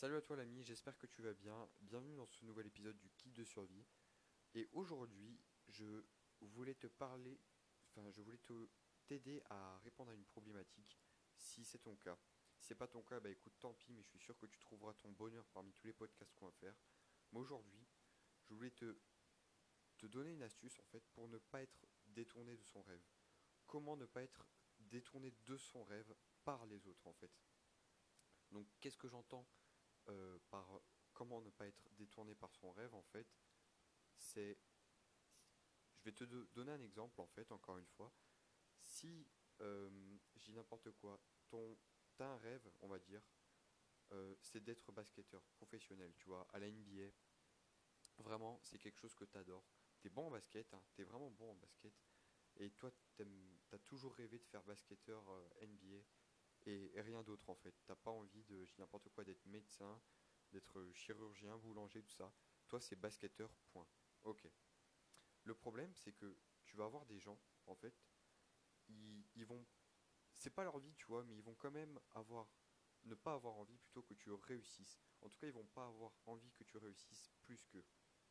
Salut à toi l'ami, j'espère que tu vas bien. Bienvenue dans ce nouvel épisode du Kit de survie. Et aujourd'hui, je voulais te parler, je voulais t'aider à répondre à une problématique si c'est ton cas. Si c'est pas ton cas, bah écoute, tant pis, mais je suis sûr que tu trouveras ton bonheur parmi tous les podcasts qu'on va faire. Mais aujourd'hui, je voulais te donner une astuce en fait pour ne pas être détourné de son rêve. Comment ne pas être détourné de son rêve par les autres en fait. Donc qu'est-ce que j'entends par comment ne pas être détourné par son rêve en fait, c'est, je vais te donner un exemple en fait, encore une fois. Si, je dis n'importe quoi, t'as un rêve, on va dire, c'est d'être basketteur professionnel, tu vois, à la NBA. Vraiment, c'est quelque chose que t'adores. T'es bon en basket, hein, t'es vraiment bon en basket. Et toi, t'as toujours rêvé de faire basketteur NBA et rien d'autre en fait. T'as pas envie de, je dis n'importe quoi, d'être médecin, d'être chirurgien, boulanger, tout ça. Toi, c'est basketteur, point. Ok. Le problème, c'est que tu vas avoir des gens, en fait, ils vont. C'est pas leur vie, tu vois, mais ils vont quand même avoir. Ne pas avoir envie plutôt que tu réussisses. En tout cas, ils vont pas avoir envie que tu réussisses plus qu'eux.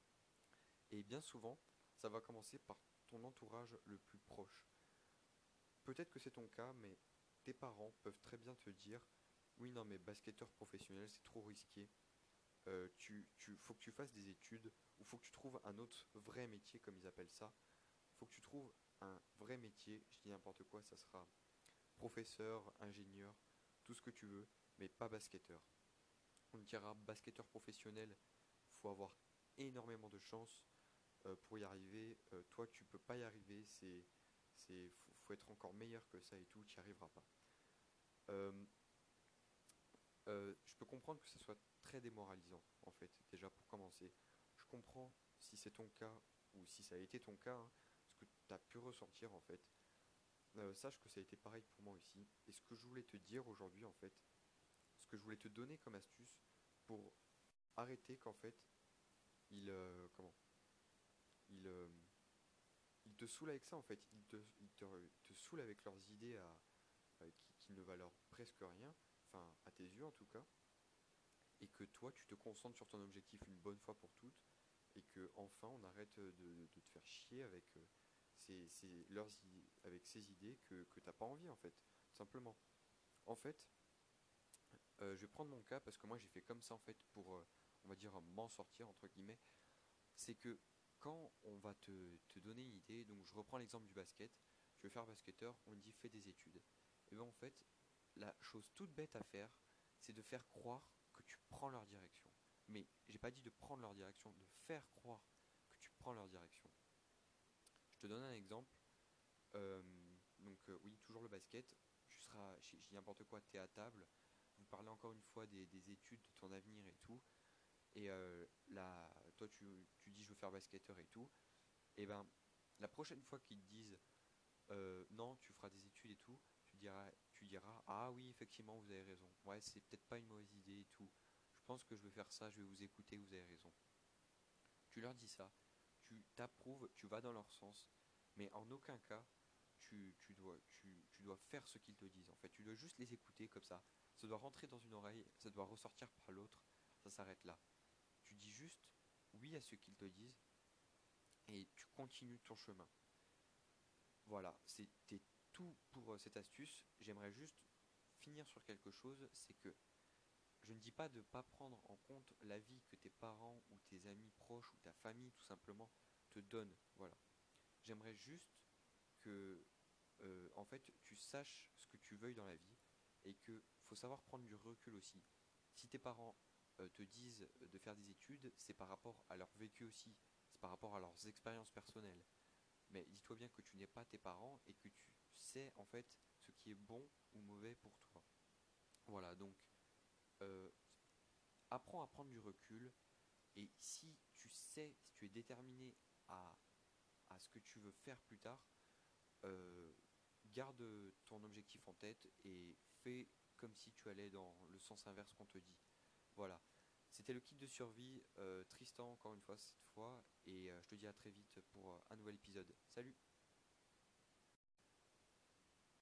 Et bien souvent, ça va commencer par ton entourage le plus proche. Peut-être que c'est ton cas, mais tes parents peuvent très bien te dire: oui, non, mais basketteur professionnel, c'est trop risqué. Faut que tu fasses des études, ou faut que tu trouves un autre vrai métier, comme ils appellent ça. Faut que tu trouves un vrai métier, je dis n'importe quoi, ça sera professeur, ingénieur, tout ce que tu veux, mais pas basketteur. On dira basketteur professionnel, faut avoir énormément de chance pour y arriver. Toi, tu peux pas y arriver, faut être encore meilleur que ça et tout, tu n'y arriveras pas. Euh, je peux comprendre que ce soit très démoralisant, en fait, déjà pour commencer. Je comprends si c'est ton cas, ou si ça a été ton cas, hein, ce que tu as pu ressentir, en fait. Sache que ça a été pareil pour moi aussi. Et ce que je voulais te dire aujourd'hui, en fait, ce que je voulais te donner comme astuce pour arrêter qu'en fait, comment, ils, ils te saoulent avec ça, en fait. Ils te saoulent avec leurs idées qui ne valent presque rien, enfin, à tes yeux en tout cas. Et que toi tu te concentres sur ton objectif une bonne fois pour toutes et que enfin on arrête de te faire chier avec avec ces idées que t'as pas envie en fait, tout simplement. En fait, je vais prendre mon cas parce que moi j'ai fait comme ça en fait pour on va dire m'en sortir entre guillemets. C'est que quand on va te donner une idée, donc je reprends l'exemple du basket, tu veux faire basketteur, on te dit fais des études. Et bien en fait, la chose toute bête à faire, c'est de faire croire que tu prends leur direction. Mais j'ai pas dit de prendre leur direction, de faire croire que tu prends leur direction. Je te donne un exemple. Euh, oui, toujours le basket. Je dis n'importe quoi, t'es à table. Vous parlez encore une fois des études, de ton avenir et tout. Et là, toi tu dis je veux faire basketteur et tout. Et ben la prochaine fois qu'ils te disent non, tu feras des études et tout, tu diras ah oui, effectivement, vous avez raison. Ouais, c'est peut-être pas une mauvaise idée et tout. Je pense que je vais faire ça, je vais vous écouter, vous avez raison. Tu leur dis ça, tu t'approuves, tu vas dans leur sens, mais en aucun cas tu dois faire ce qu'ils te disent. En fait, tu dois juste les écouter comme ça. Ça doit rentrer dans une oreille, ça doit ressortir par l'autre, ça s'arrête là. Tu dis juste oui à ce qu'ils te disent et tu continues ton chemin. Voilà, c'était tout pour cette astuce. J'aimerais juste finir sur quelque chose, c'est que je ne dis pas de ne pas prendre en compte l'avis que tes parents ou tes amis proches ou ta famille tout simplement te donnent. Voilà. J'aimerais juste que en fait tu saches ce que tu veuilles dans la vie et que faut savoir prendre du recul aussi. Si tes parents te disent de faire des études, c'est par rapport à leur vécu aussi, c'est par rapport à leurs expériences personnelles. Mais dis-toi bien que tu n'es pas tes parents et que tu sais en fait ce qui est bon ou mauvais pour toi. Voilà, donc euh, apprends à prendre du recul et si tu sais, si tu es déterminé à, à ce que tu veux faire plus tard, euh, garde ton objectif en tête et fais comme si tu allais dans le sens inverse qu'on te dit. Voilà. C'était le kit de survie, Tristan encore une fois cette fois, et je te dis à très vite pour un nouvel épisode. Salut!